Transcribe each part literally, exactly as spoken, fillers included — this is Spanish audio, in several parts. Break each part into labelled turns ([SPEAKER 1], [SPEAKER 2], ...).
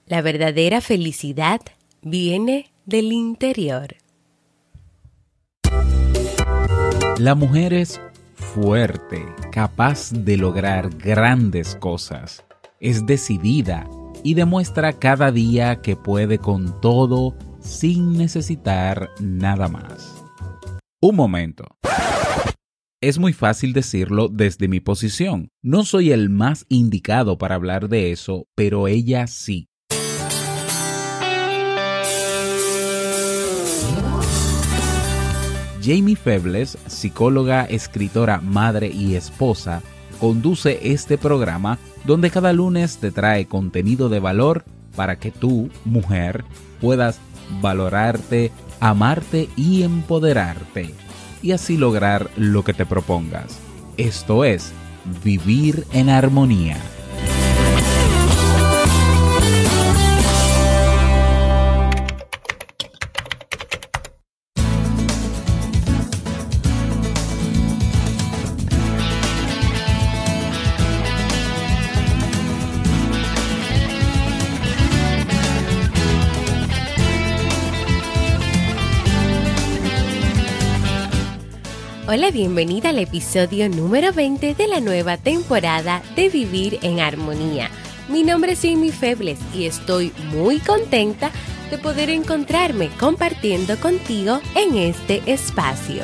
[SPEAKER 1] La verdadera felicidad viene del interior.
[SPEAKER 2] La mujer es fuerte, capaz de lograr grandes cosas. Es decidida y demuestra cada día que puede con todo sin necesitar nada más. Un momento. Es muy fácil decirlo desde mi posición. No soy el más indicado para hablar de eso, pero ella sí. Jamie Febles, psicóloga, escritora, madre y esposa, conduce este programa donde cada lunes te trae contenido de valor para que tú, mujer, puedas valorarte, amarte y empoderarte, y así lograr lo que te propongas. Esto es Vivir en Armonía.
[SPEAKER 1] Hola, bienvenida al episodio número veinte de la nueva temporada de Vivir en Armonía. Mi nombre es Jamie Febles y estoy muy contenta de poder encontrarme compartiendo contigo en este espacio.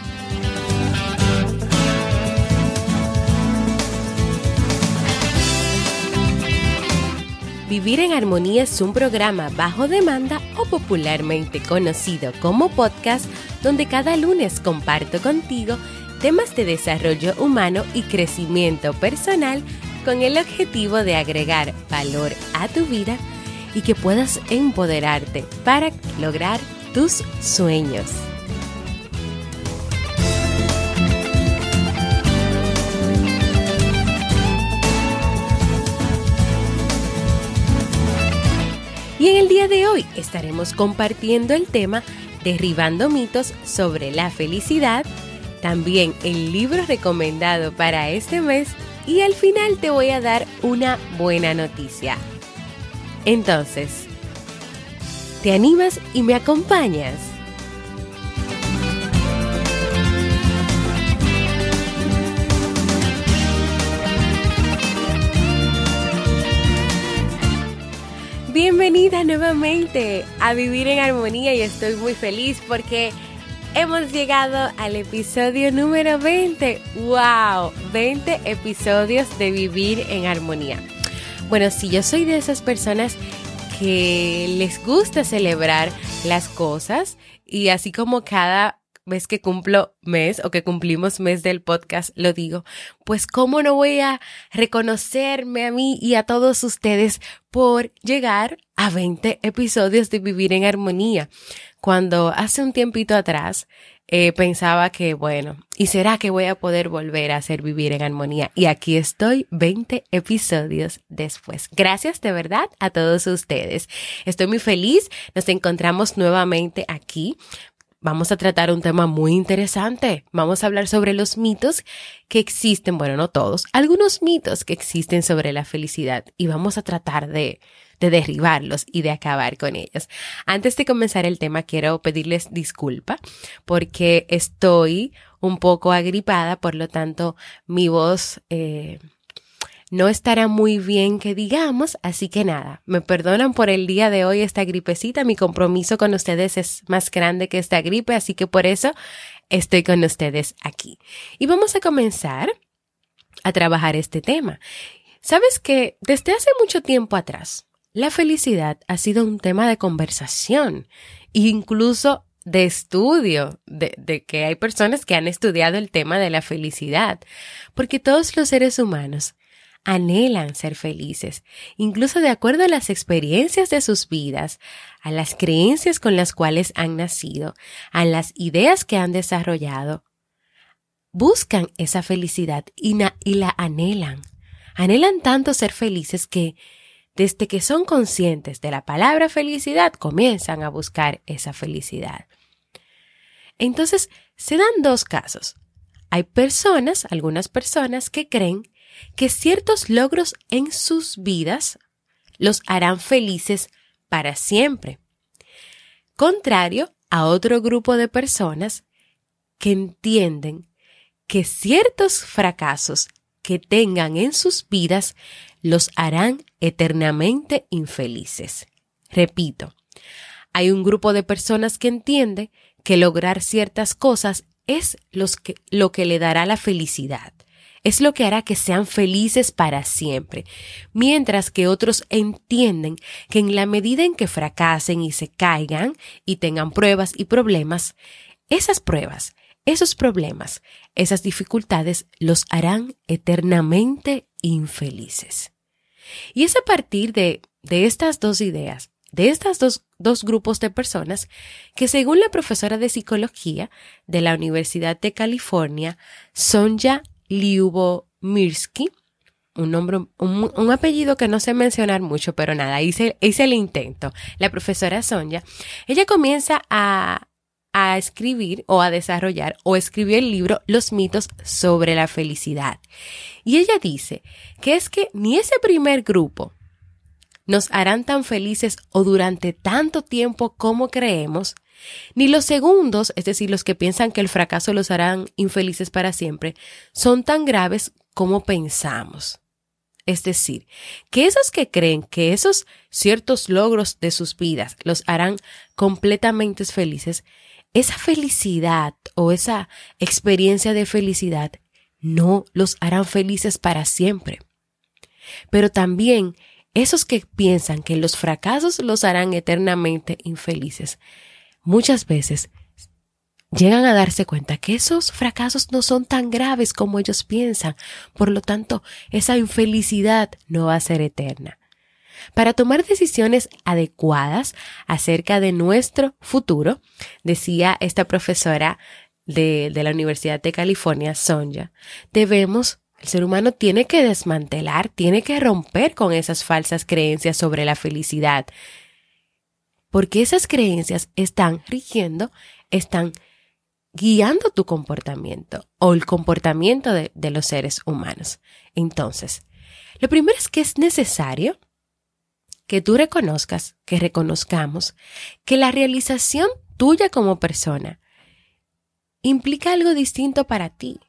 [SPEAKER 1] Vivir en Armonía es un programa bajo demanda o popularmente conocido como podcast, donde cada lunes comparto contigo temas de desarrollo humano y crecimiento personal con el objetivo de agregar valor a tu vida y que puedas empoderarte para lograr tus sueños. Y en el día de hoy estaremos compartiendo el tema Derribando mitos sobre la felicidad, también el libro recomendado para este mes y al final te voy a dar una buena noticia. Entonces, ¿te animas y me acompañas? Bienvenida nuevamente a Vivir en Armonía y estoy muy feliz porque hemos llegado al episodio número veinte. ¡Wow! veinte episodios de Vivir en Armonía. Bueno, sí, yo soy de esas personas que les gusta celebrar las cosas y así como cada vez que cumplo mes o que cumplimos mes del podcast, lo digo, pues cómo no voy a reconocerme a mí y a todos ustedes por llegar a veinte episodios de Vivir en Armonía. Cuando hace un tiempito atrás eh, pensaba que, bueno, ¿y será que voy a poder volver a hacer Vivir en Armonía? Y aquí estoy veinte episodios después. Gracias de verdad a todos ustedes. Estoy muy feliz. Nos encontramos nuevamente aquí. Vamos a tratar un tema muy interesante. Vamos a hablar sobre los mitos que existen, bueno, no todos, algunos mitos que existen sobre la felicidad y vamos a tratar de, de derribarlos y de acabar con ellos. Antes de comenzar el tema, quiero pedirles disculpa porque estoy un poco agripada, por lo tanto, mi voz eh, no estará muy bien que digamos, así que nada, me perdonan por el día de hoy esta gripecita, mi compromiso con ustedes es más grande que esta gripe, así que por eso estoy con ustedes aquí. Y vamos a comenzar a trabajar este tema. ¿Sabes que desde hace mucho tiempo atrás, la felicidad ha sido un tema de conversación e incluso de estudio, de, de que hay personas que han estudiado el tema de la felicidad, porque todos los seres humanos anhelan ser felices, incluso de acuerdo a las experiencias de sus vidas, a las creencias con las cuales han nacido, a las ideas que han desarrollado. Buscan esa felicidad y, na- y la anhelan. Anhelan tanto ser felices que desde que son conscientes de la palabra felicidad comienzan a buscar esa felicidad. Entonces, se dan dos casos. Hay personas, algunas personas que creen que ciertos logros en sus vidas los harán felices para siempre. Contrario a otro grupo de personas que entienden que ciertos fracasos que tengan en sus vidas los harán eternamente infelices. Repito, hay un grupo de personas que entiende que lograr ciertas cosas es los que, lo que le dará la felicidad. Es lo que hará que sean felices para siempre. Mientras que otros entienden que en la medida en que fracasen y se caigan y tengan pruebas y problemas, esas pruebas, esos problemas, esas dificultades los harán eternamente infelices. Y es a partir de, de estas dos ideas, de estos dos, dos grupos de personas, que según la profesora de psicología de la Universidad de California, Sonja Lyubomirsky, un nombre, un, un apellido que no sé mencionar mucho, pero nada, hice, hice el intento. La profesora Sonja, ella comienza a, a escribir o a desarrollar o escribió el libro Los mitos sobre la felicidad. Y ella dice que es que ni ese primer grupo nos harán tan felices o durante tanto tiempo como creemos, ni los segundos, es decir, los que piensan que el fracaso los harán infelices para siempre, son tan graves como pensamos. Es decir, que esos que creen que esos ciertos logros de sus vidas los harán completamente felices, esa felicidad o esa experiencia de felicidad no los harán felices para siempre. Pero también esos que piensan que los fracasos los harán eternamente infelices, muchas veces llegan a darse cuenta que esos fracasos no son tan graves como ellos piensan. Por lo tanto, esa infelicidad no va a ser eterna. Para tomar decisiones adecuadas acerca de nuestro futuro, decía esta profesora de, de la Universidad de California, Sonja, debemos El ser humano tiene que desmantelar, tiene que romper con esas falsas creencias sobre la felicidad, porque esas creencias están rigiendo, están guiando tu comportamiento o el comportamiento de, de los seres humanos. Entonces, lo primero es que es necesario que tú reconozcas, que reconozcamos que la realización tuya como persona implica algo distinto para ti.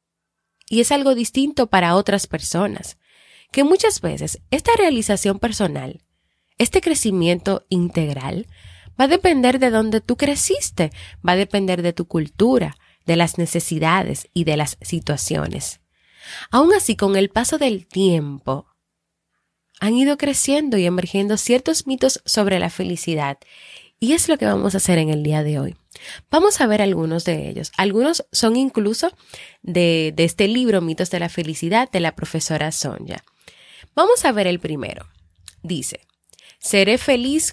[SPEAKER 1] Y es algo distinto para otras personas, que muchas veces esta realización personal, este crecimiento integral, va a depender de dónde tú creciste, va a depender de tu cultura, de las necesidades y de las situaciones. Aún así, con el paso del tiempo, han ido creciendo y emergiendo ciertos mitos sobre la felicidad, y es lo que vamos a hacer en el día de hoy. Vamos a ver algunos de ellos. Algunos son incluso de, de este libro, Mitos de la Felicidad, de la profesora Sonja. Vamos a ver el primero. Dice, seré feliz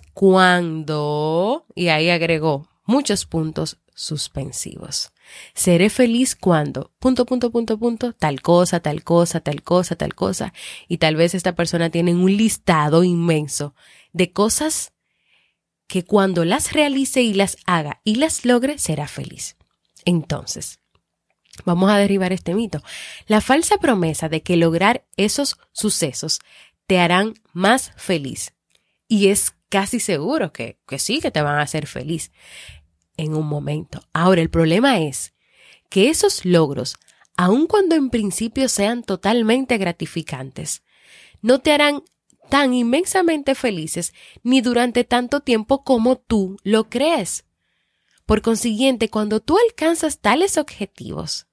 [SPEAKER 1] cuando, y ahí agregó muchos puntos suspensivos. Seré feliz cuando, punto, punto, punto, punto, tal cosa, tal cosa, tal cosa, tal cosa. Y tal vez esta persona tiene un listado inmenso de cosas que cuando las realice y las haga y las logre, será feliz. Entonces, vamos a derribar este mito. La falsa promesa de que lograr esos sucesos te harán más feliz. Y es casi seguro que, que sí, que te van a hacer feliz en un momento. Ahora, el problema es que esos logros, aun cuando en principio sean totalmente gratificantes, no te harán tan inmensamente felices ni durante tanto tiempo como tú lo crees. Por consiguiente, cuando tú alcanzas tales objetivos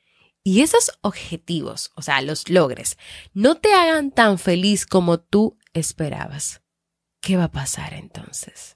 [SPEAKER 1] y esos objetivos, o sea, los logres, no te hagan tan feliz como tú esperabas, ¿qué va a pasar entonces?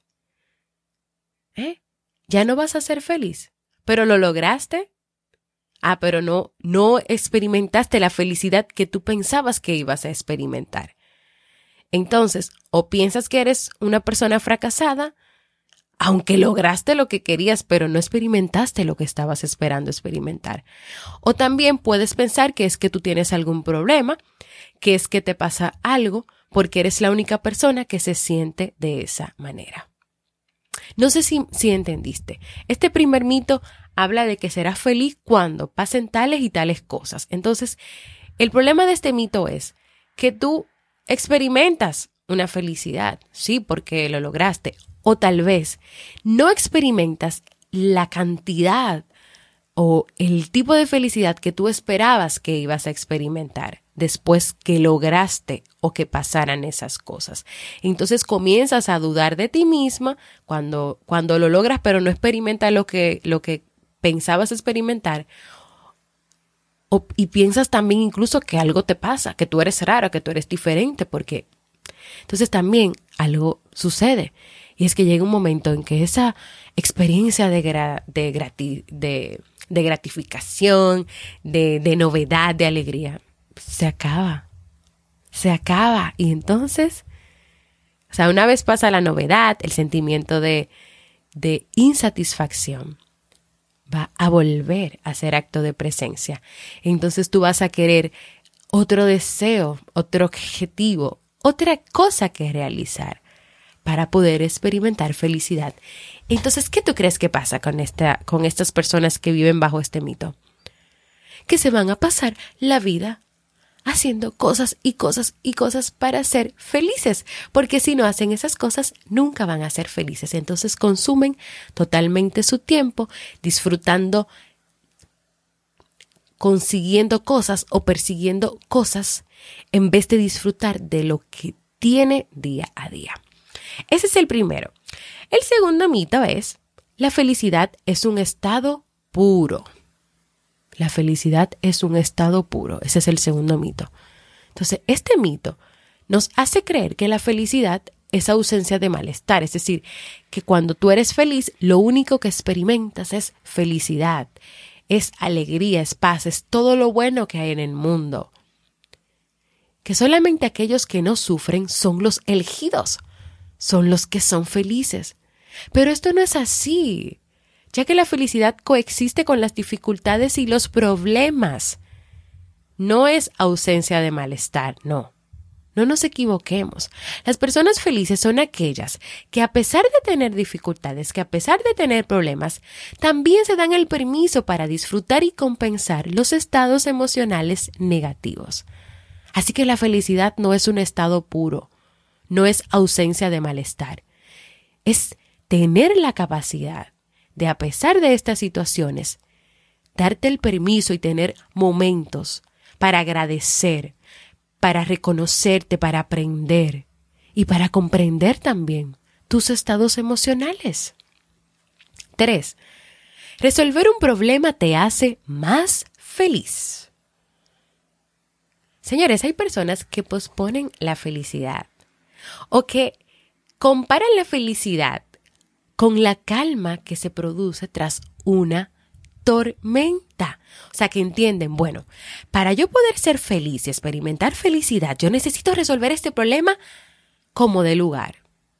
[SPEAKER 1] ¿Eh? ¿Ya no vas a ser feliz? ¿Pero lo lograste? Ah, pero no, no experimentaste la felicidad que tú pensabas que ibas a experimentar. Entonces, o piensas que eres una persona fracasada, aunque lograste lo que querías, pero no experimentaste lo que estabas esperando experimentar. O también puedes pensar que es que tú tienes algún problema, que es que te pasa algo, porque eres la única persona que se siente de esa manera. No sé si, si entendiste. Este primer mito habla de que serás feliz cuando pasen tales y tales cosas. Entonces, el problema de este mito es que tú experimentas una felicidad, sí, porque lo lograste. O tal vez no experimentas la cantidad o el tipo de felicidad que tú esperabas que ibas a experimentar después que lograste o que pasaran esas cosas. Entonces comienzas a dudar de ti misma cuando, cuando lo logras, pero no experimentas lo que, lo que pensabas experimentar. O, y piensas también incluso que algo te pasa, que tú eres rara, que tú eres diferente, porque entonces también algo sucede. Y es que llega un momento en que esa experiencia de, gra, de, grati, de, de gratificación, de, de novedad, de alegría, se acaba. Se acaba. Y entonces, o sea, una vez pasa la novedad, el sentimiento de, de insatisfacción va a volver a ser acto de presencia. Entonces tú vas a querer otro deseo, otro objetivo, otra cosa que realizar para poder experimentar felicidad. Entonces, ¿qué tú crees que pasa con esta, con estas personas que viven bajo este mito? Que se van a pasar la vida haciendo cosas y cosas y cosas para ser felices, porque si no hacen esas cosas, nunca van a ser felices. Entonces consumen totalmente su tiempo disfrutando, consiguiendo cosas o persiguiendo cosas en vez de disfrutar de lo que tiene día a día. Ese es el primero. El segundo mito es: la felicidad es un estado puro. La felicidad es un estado puro. Ese es el segundo mito. Entonces, este mito nos hace creer que la felicidad es ausencia de malestar. Es decir, que cuando tú eres feliz, lo único que experimentas es felicidad, es alegría, es paz, es todo lo bueno que hay en el mundo. Que solamente aquellos que no sufren son los elegidos, son los que son felices. Pero esto no es así, ya que la felicidad coexiste con las dificultades y los problemas. No es ausencia de malestar, no. No nos equivoquemos. Las personas felices son aquellas que, a pesar de tener dificultades, que a pesar de tener problemas, también se dan el permiso para disfrutar y compensar los estados emocionales negativos. Así que la felicidad no es un estado puro, no es ausencia de malestar. Es tener la capacidad de, a pesar de estas situaciones, darte el permiso y tener momentos para agradecer, para reconocerte, para aprender y para comprender también tus estados emocionales. Tres, resolver un problema te hace más feliz. Señores, hay personas que posponen la felicidad o que comparan la felicidad con la calma que se produce tras una tormenta. O sea, que entienden, bueno, para yo poder ser feliz y experimentar felicidad, yo necesito resolver este problema como de lugar.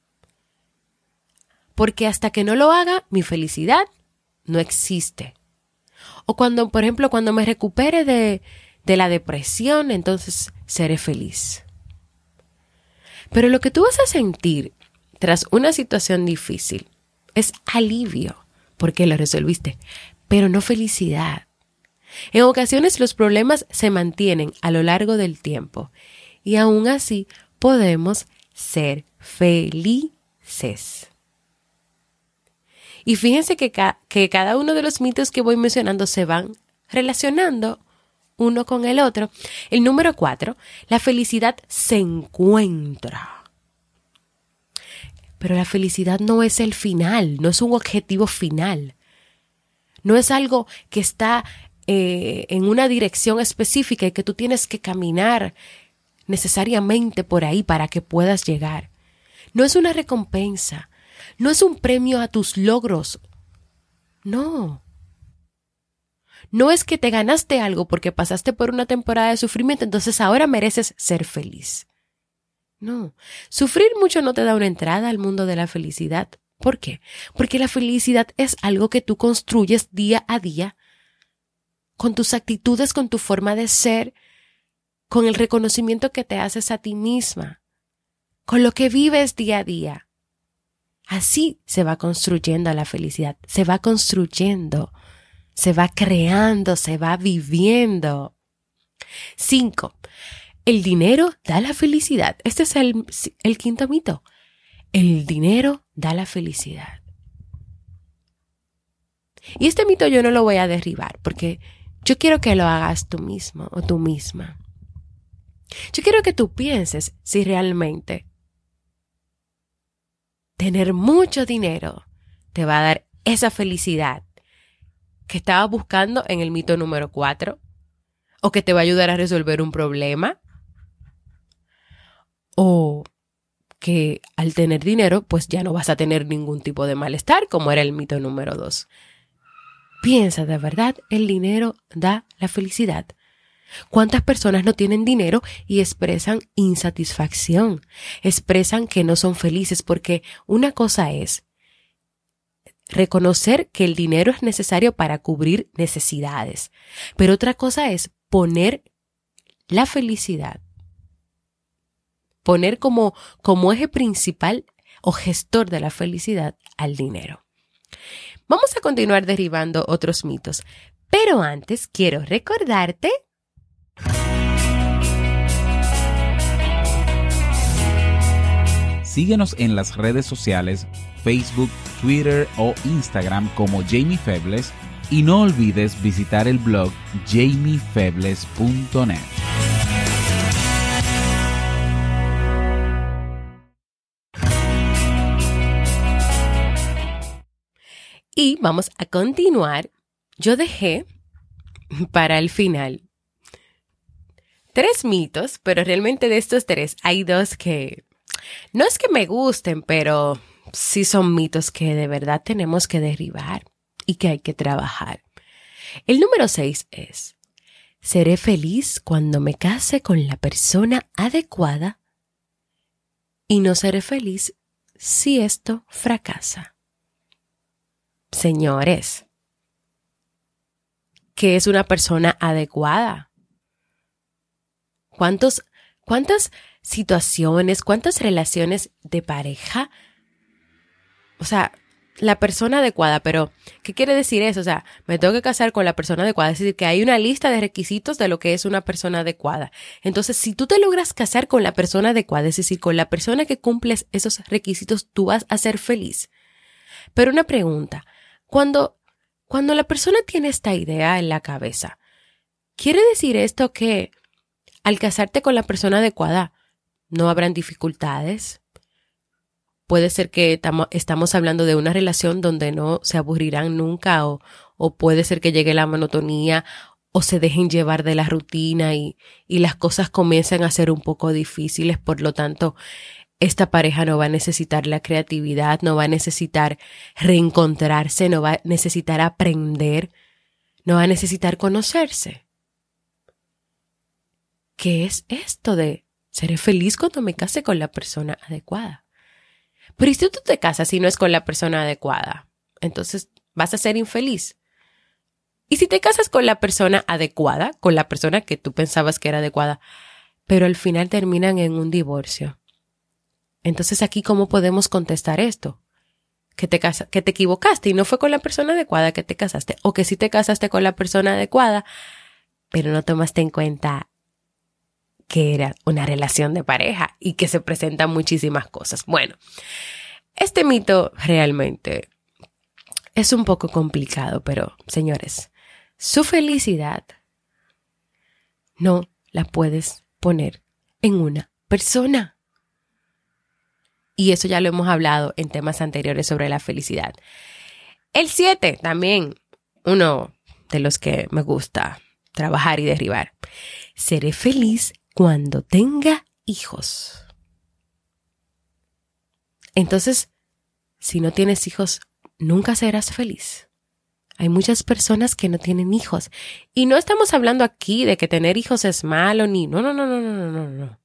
[SPEAKER 1] Porque hasta que no lo haga, mi felicidad no existe. O cuando, por ejemplo, cuando me recupere de, de la depresión, entonces seré feliz. Pero lo que tú vas a sentir tras una situación difícil es alivio, porque lo resolviste, pero no felicidad. En ocasiones los problemas se mantienen a lo largo del tiempo y aún así podemos ser felices. Y fíjense que, ca- que cada uno de los mitos que voy mencionando se van relacionando uno con el otro. El número cuatro, la felicidad se encuentra. Pero la felicidad no es el final, no es un objetivo final. No es algo que está eh, en una dirección específica y que tú tienes que caminar necesariamente por ahí para que puedas llegar. No es una recompensa, no es un premio a tus logros. No. No es que te ganaste algo porque pasaste por una temporada de sufrimiento, entonces ahora mereces ser feliz. No, sufrir mucho no te da una entrada al mundo de la felicidad. ¿Por qué? Porque la felicidad es algo que tú construyes día a día con tus actitudes, con tu forma de ser, con el reconocimiento que te haces a ti misma, con lo que vives día a día. Así se va construyendo la felicidad, se va construyendo, se va creando, se va viviendo. Cinco. El dinero da la felicidad. Este es el, el quinto mito. El dinero da la felicidad. Y este mito yo no lo voy a derribar porque yo quiero que lo hagas tú mismo o tú misma. Yo quiero que tú pienses si realmente tener mucho dinero te va a dar esa felicidad que estabas buscando en el mito número cuatro, o que te va a ayudar a resolver un problema, o que al tener dinero pues ya no vas a tener ningún tipo de malestar, como era el mito número dos. Piensa, de verdad, el dinero da la felicidad. ¿Cuántas personas no tienen dinero y expresan insatisfacción? Expresan que no son felices porque una cosa es reconocer que el dinero es necesario para cubrir necesidades, pero otra cosa es poner la felicidad, poner como, como eje principal o gestor de la felicidad al dinero. Vamos a continuar derribando otros mitos, pero antes quiero recordarte
[SPEAKER 2] síguenos en las redes sociales, Facebook, Twitter o Instagram como Jamie Febles y no olvides visitar el blog jamie febles punto net.
[SPEAKER 1] Y vamos a continuar. Yo dejé para el final tres mitos, pero realmente de estos tres hay dos que no es que me gusten, pero sí son mitos que de verdad tenemos que derribar y que hay que trabajar. El número seis es: seré feliz cuando me case con la persona adecuada y no seré feliz si esto fracasa. Señores, ¿qué es una persona adecuada? ¿Cuántos, cuántas situaciones, cuántas relaciones de pareja? O sea, la persona adecuada, pero ¿qué quiere decir eso? O sea, me tengo que casar con la persona adecuada. Es decir, que hay una lista de requisitos de lo que es una persona adecuada. Entonces, si tú te logras casar con la persona adecuada, es decir, con la persona que cumples esos requisitos, tú vas a ser feliz. Pero una pregunta, cuando, cuando la persona tiene esta idea en la cabeza, ¿quiere decir esto que al casarte con la persona adecuada no habrán dificultades? Puede ser que tamo, estamos hablando de una relación donde no se aburrirán nunca, o, o puede ser que llegue la monotonía o se dejen llevar de la rutina y, y las cosas comiencen a ser un poco difíciles. Por lo tanto, esta pareja no va a necesitar la creatividad, no va a necesitar reencontrarse, no va a necesitar aprender, no va a necesitar conocerse. ¿Qué es esto de seré feliz cuando me case con la persona adecuada? Pero ¿y si tú te casas y no es con la persona adecuada? Entonces vas a ser infeliz. ¿Y si te casas con la persona adecuada, con la persona que tú pensabas que era adecuada, pero al final terminan en un divorcio? Entonces aquí, ¿cómo podemos contestar esto? Que te, casa, que te equivocaste y no fue con la persona adecuada que te casaste, o que sí te casaste con la persona adecuada, pero no tomaste en cuenta que era una relación de pareja y que se presentan muchísimas cosas. Bueno, este mito realmente es un poco complicado, pero señores, su felicidad no la puedes poner en una persona. Y eso ya lo hemos hablado en temas anteriores sobre la felicidad. El siete, también uno de los que me gusta trabajar y derribar. Seré feliz cuando tenga hijos. Entonces, si no tienes hijos, nunca serás feliz. Hay muchas personas que no tienen hijos. Y no estamos hablando aquí de que tener hijos es malo, ni... No, no, no, no, no, no, no.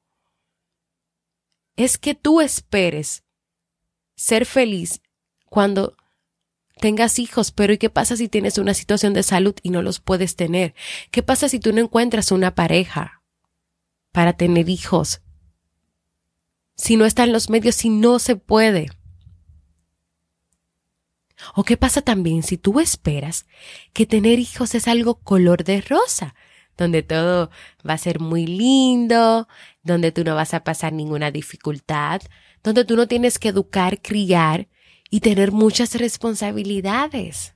[SPEAKER 1] Es que tú esperes ser feliz cuando tengas hijos, pero ¿y qué pasa si tienes una situación de salud y no los puedes tener? ¿Qué pasa si tú no encuentras una pareja para tener hijos? Si no están los medios, si no se puede. ¿O qué pasa también si tú esperas que tener hijos es algo color de rosa? donde todo va a ser muy lindo, donde tú no vas a pasar ninguna dificultad, donde tú no tienes que educar, criar y tener muchas responsabilidades.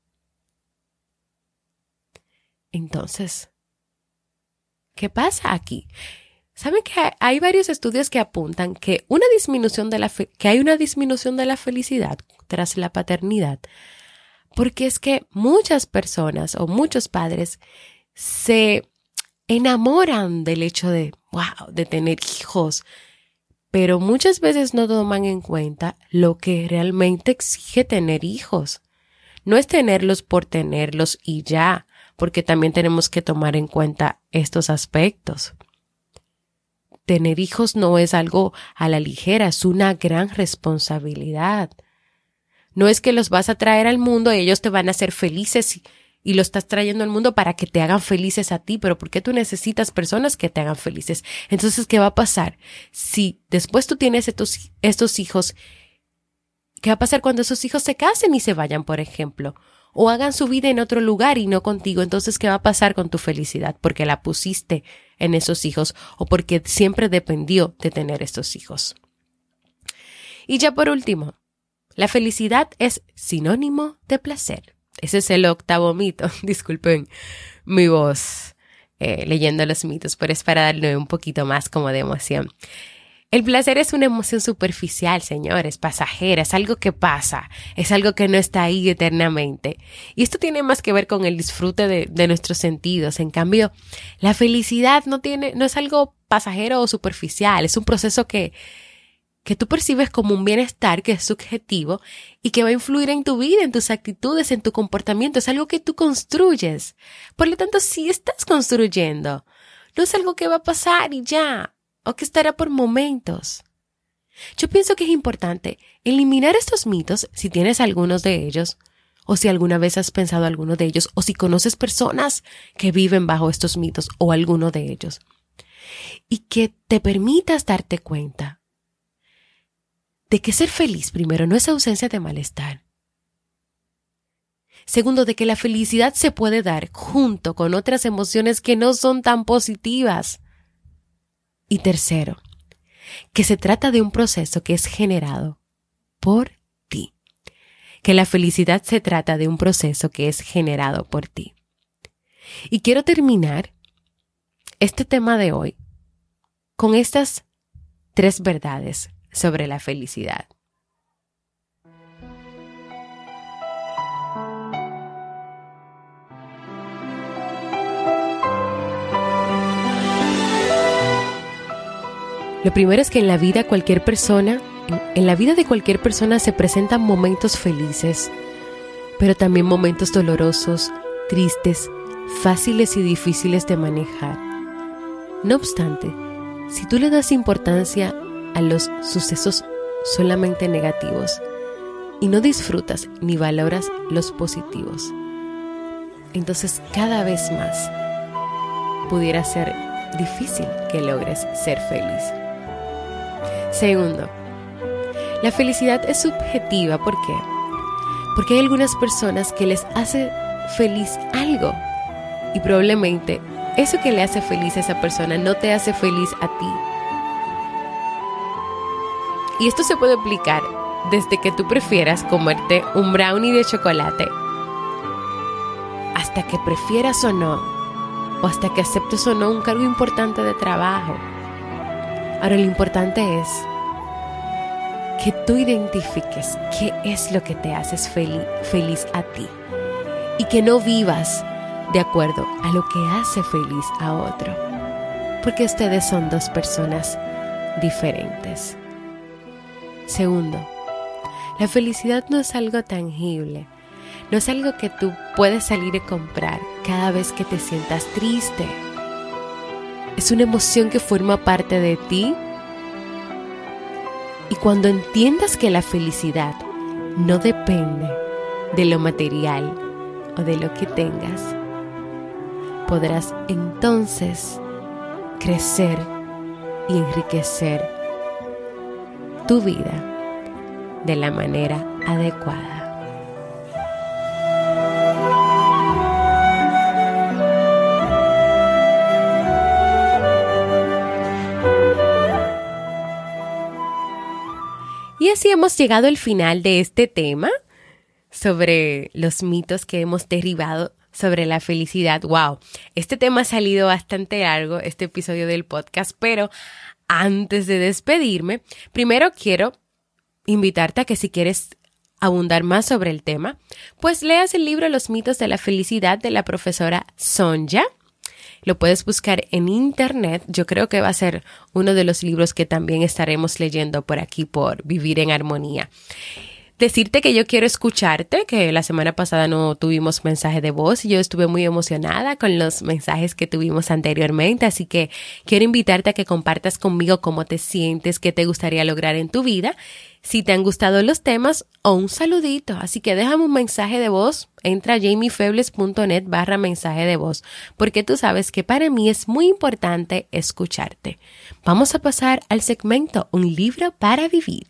[SPEAKER 1] Entonces, ¿qué pasa aquí? ¿Saben que hay varios estudios que apuntan que una disminución de la fe- que hay una disminución de la felicidad tras la paternidad? Porque es que muchas personas o muchos padres se enamoran del hecho de, wow, de tener hijos, pero muchas veces no toman en cuenta lo que realmente exige tener hijos. No es tenerlos por tenerlos y ya, porque también tenemos que tomar en cuenta estos aspectos. Tener hijos no es algo a la ligera, es una gran responsabilidad. No es que los vas a traer al mundo y ellos te van a hacer felices y, y lo estás trayendo al mundo para que te hagan felices a ti, pero ¿por qué tú necesitas personas que te hagan felices? Entonces, ¿qué va a pasar? Si después tú tienes estos, estos hijos, ¿qué va a pasar cuando esos hijos se casen y se vayan, por ejemplo? O hagan su vida en otro lugar y no contigo. Entonces, ¿qué va a pasar con tu felicidad? Porque la pusiste en esos hijos o porque siempre dependió de tener estos hijos. Y ya por último, la felicidad es sinónimo de placer. Ese es el octavo mito. Disculpen mi voz eh, leyendo los mitos, pero es para darle un poquito más como de emoción. El placer es una emoción superficial, señores, pasajera, es algo que pasa, es algo que no está ahí eternamente. Y esto tiene más que ver con el disfrute de, de nuestros sentidos. En cambio, la felicidad no tiene, no es algo pasajero o superficial, es un proceso que, que tú percibes como un bienestar que es subjetivo y que va a influir en tu vida, en tus actitudes, en tu comportamiento. Es algo que tú construyes. Por lo tanto, si estás construyendo, no es algo que va a pasar y ya, o que estará por momentos. Yo pienso que es importante eliminar estos mitos si tienes algunos de ellos, o si alguna vez has pensado alguno de ellos, o si conoces personas que viven bajo estos mitos o alguno de ellos. Y que te permitas darte cuenta de que ser feliz, primero, no es ausencia de malestar. Segundo, de que la felicidad se puede dar junto con otras emociones que no son tan positivas. Y tercero, que se trata de un proceso que es generado por ti. Que la felicidad se trata de un proceso que es generado por ti. Y quiero terminar este tema de hoy con estas tres verdades sobre la felicidad. Lo primero es que en la vida cualquier persona, en, en la vida de cualquier persona se presentan momentos felices, pero también momentos dolorosos, tristes, fáciles y difíciles de manejar. No obstante, si tú le das importancia a los sucesos solamente negativos y no disfrutas ni valoras los positivos, entonces cada vez más pudiera ser difícil que logres ser feliz. Segundo, la felicidad es subjetiva. ¿Por qué? Porque hay algunas personas que les hace feliz algo y probablemente eso que le hace feliz a esa persona no te hace feliz a ti. Y esto se puede aplicar desde que tú prefieras comerte un brownie de chocolate hasta que prefieras o no, o hasta que aceptes o no un cargo importante de trabajo. Ahora, lo importante es que tú identifiques qué es lo que te hace feliz, feliz a ti y que no vivas de acuerdo a lo que hace feliz a otro, porque ustedes son dos personas diferentes. Segundo, la felicidad no es algo tangible, no es algo que tú puedes salir a comprar cada vez que te sientas triste. Es una emoción que forma parte de ti. Y cuando entiendas que la felicidad no depende de lo material o de lo que tengas, podrás entonces crecer y enriquecer tu vida de la manera adecuada. Y así hemos llegado al final de este tema sobre los mitos que hemos derribado sobre la felicidad. Wow, este tema ha salido bastante largo, este episodio del podcast, pero antes de despedirme, primero quiero invitarte a que si quieres abundar más sobre el tema, pues leas el libro Los mitos de la felicidad de la profesora Sonja. Lo puedes buscar en internet. Yo creo que va a ser uno de los libros que también estaremos leyendo por aquí por Vivir en Armonía. Decirte que yo quiero escucharte, que la semana pasada no tuvimos mensaje de voz y yo estuve muy emocionada con los mensajes que tuvimos anteriormente, así que quiero invitarte a que compartas conmigo cómo te sientes, qué te gustaría lograr en tu vida, si te han gustado los temas o un saludito. Así que déjame un mensaje de voz, entra a jamiefebles.net barra mensaje de voz, porque tú sabes que para mí es muy importante escucharte. Vamos a pasar al segmento Un libro para vivir.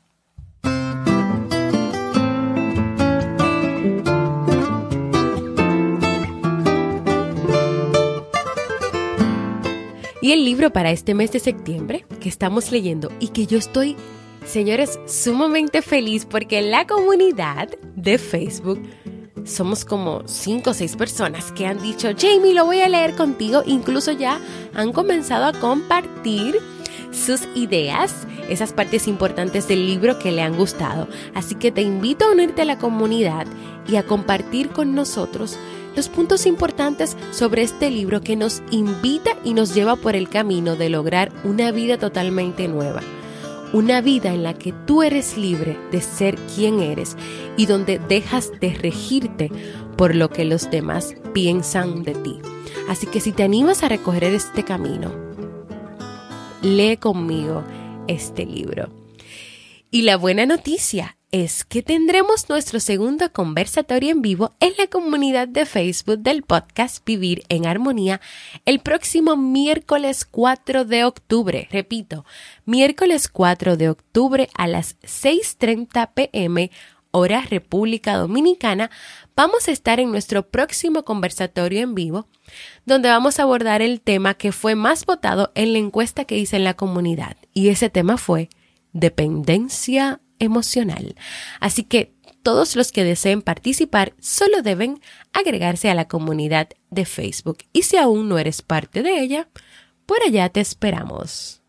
[SPEAKER 1] Y el libro para este mes de septiembre que estamos leyendo y que yo estoy, señores, sumamente feliz porque en la comunidad de Facebook somos como cinco o seis personas que han dicho, Jamie, lo voy a leer contigo. Incluso ya han comenzado a compartir sus ideas, esas partes importantes del libro que le han gustado. Así que te invito a unirte a la comunidad y a compartir con nosotros los puntos importantes sobre este libro que nos invita y nos lleva por el camino de lograr una vida totalmente nueva. Una vida en la que tú eres libre de ser quien eres y donde dejas de regirte por lo que los demás piensan de ti. Así que si te animas a recorrer este camino, lee conmigo este libro. Y la buena noticia es que tendremos nuestro segundo conversatorio en vivo en la comunidad de Facebook del podcast Vivir en Armonía el próximo miércoles cuatro de octubre. Repito, miércoles cuatro de octubre a las seis treinta pe eme, hora República Dominicana, vamos a estar en nuestro próximo conversatorio en vivo, donde vamos a abordar el tema que fue más votado en la encuesta que hice en la comunidad. Y ese tema fue dependencia emocional. Así que todos los que deseen participar solo deben agregarse a la comunidad de Facebook. Y si aún no eres parte de ella, por allá te esperamos.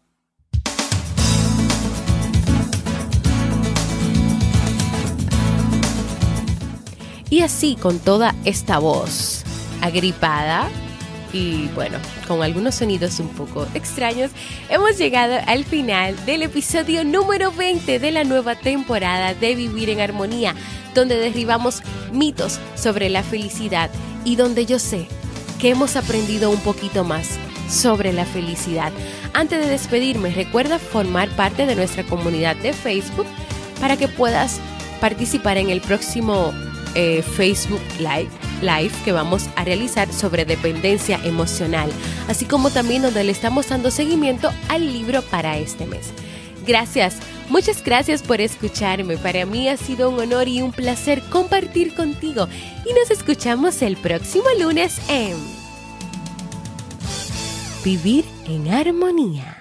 [SPEAKER 1] Y así, con toda esta voz agripada y bueno, con algunos sonidos un poco extraños, hemos llegado al final del episodio número veinte de la nueva temporada de Vivir en Armonía, donde derribamos mitos sobre la felicidad y donde yo sé que hemos aprendido un poquito más sobre la felicidad. Antes de despedirme, recuerda formar parte de nuestra comunidad de Facebook para que puedas participar en el próximo eh, Facebook Live. Live que vamos a realizar sobre dependencia emocional, así como también donde le estamos dando seguimiento al libro para este mes. Gracias, muchas gracias por escucharme. Para mí ha sido un honor y un placer compartir contigo y nos escuchamos el próximo lunes en Vivir en Armonía.